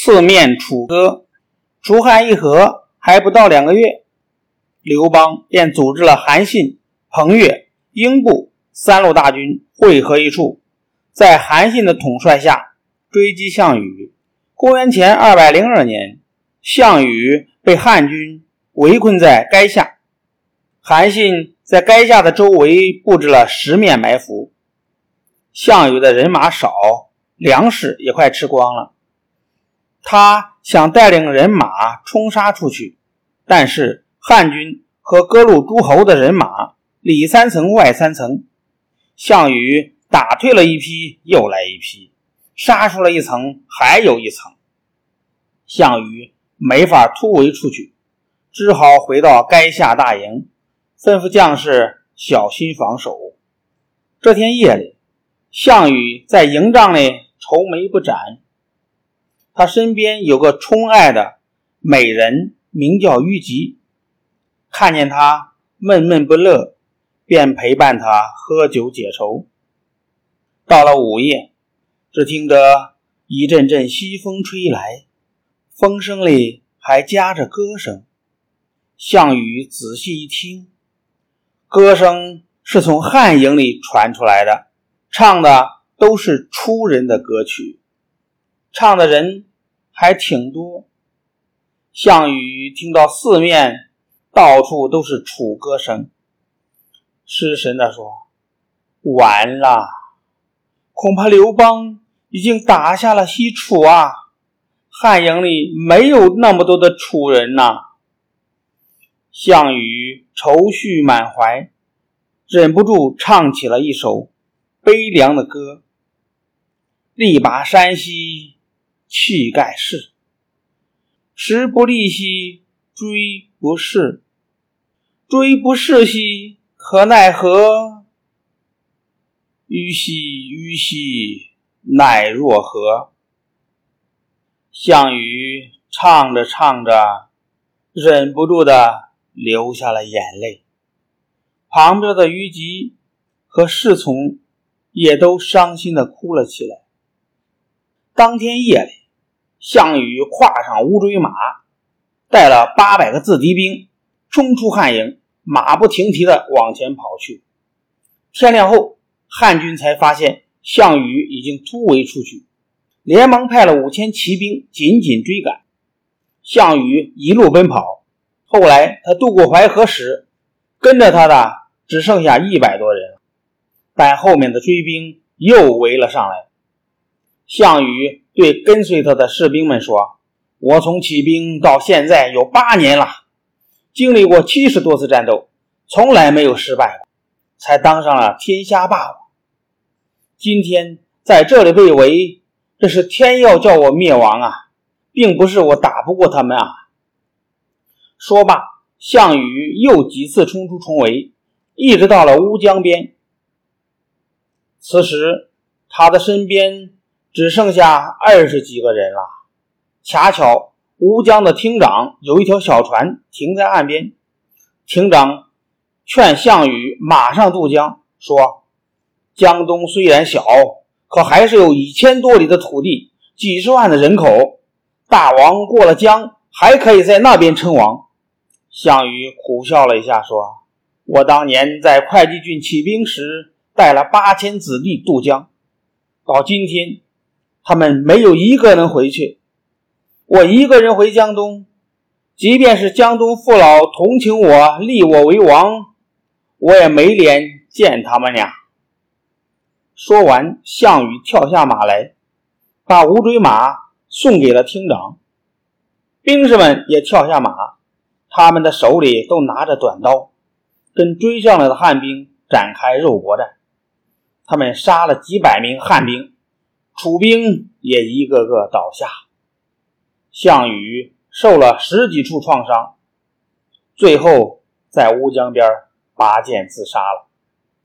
四面楚歌。楚汉议和还不到2个月，刘邦便组织了韩信、彭越、英布3路大军汇合一处，在韩信的统帅下追击项羽。公元前202年，项羽被汉军围困在垓下，韩信在垓下的周围布置了10面埋伏。项羽的人马少，粮食也快吃光了，他想带领人马冲杀出去，但是汉军和各路诸侯的人马里3层外3层，项羽打退了一批又来一批，杀出了一层还有一层，项羽没法突围出去，只好回到垓下大营，吩咐将士小心防守。这天夜里，项羽在营帐内愁眉不展，他身边有个宠爱的美人，名叫虞姬，看见他闷闷不乐，便陪伴他喝酒解愁。到了午夜，只听得一阵阵西风吹来，风声里还夹着歌声。项羽仔细一听，歌声是从汉营里传出来的，唱的都是楚人的歌曲，唱的人还挺多。项羽听到四面到处都是楚歌声，失神地说：完了，恐怕刘邦已经打下了西楚啊，汉营里没有那么多的楚人呐。项羽愁绪满怀，忍不住唱起了一首悲凉的歌：力拔山兮气盖世，时不利兮骓不逝，骓不逝兮可奈何，虞兮虞兮奈若何。项羽唱着唱着，忍不住的流下了眼泪，旁边的虞姬和侍从也都伤心的哭了起来。当天夜里，项羽跨上乌骓马，带了800个自敌兵，冲出汉营，马不停蹄的往前跑去。天亮后，汉军才发现项羽已经突围出去，连忙派了5000骑兵紧紧追赶。项羽一路奔跑，后来他渡过淮河时，跟着他的只剩下100多人，但后面的追兵又围了上来。项羽对跟随他的士兵们说：我从起兵到现在有8年了，经历过70多次战斗，从来没有失败过，才当上了天下霸王。今天在这里被围，这是天要叫我灭亡啊，并不是我打不过他们啊。说罢，项羽又几次冲出重围，一直到了乌江边。此时他的身边只剩下20几个人了。恰巧乌江的厅长有一条小船停在岸边，厅长劝项羽马上渡江，说：江东虽然小，可还是有1000多里的土地，几十万的人口，大王过了江还可以在那边称王。项羽苦笑了一下，说：我当年在会稽郡起兵时带了8000子弟渡江，到今天他们没有一个能回去，我一个人回江东，即便是江东父老同情我，立我为王，我也没脸见他们俩。说完，项羽跳下马来，把乌骓马送给了厅长。兵士们也跳下马，他们的手里都拿着短刀，跟追上来的汉兵展开肉搏战。他们杀了几百名汉兵，楚兵也一个个倒下。项羽受了10几处创伤，最后在乌江边拔剑自杀了。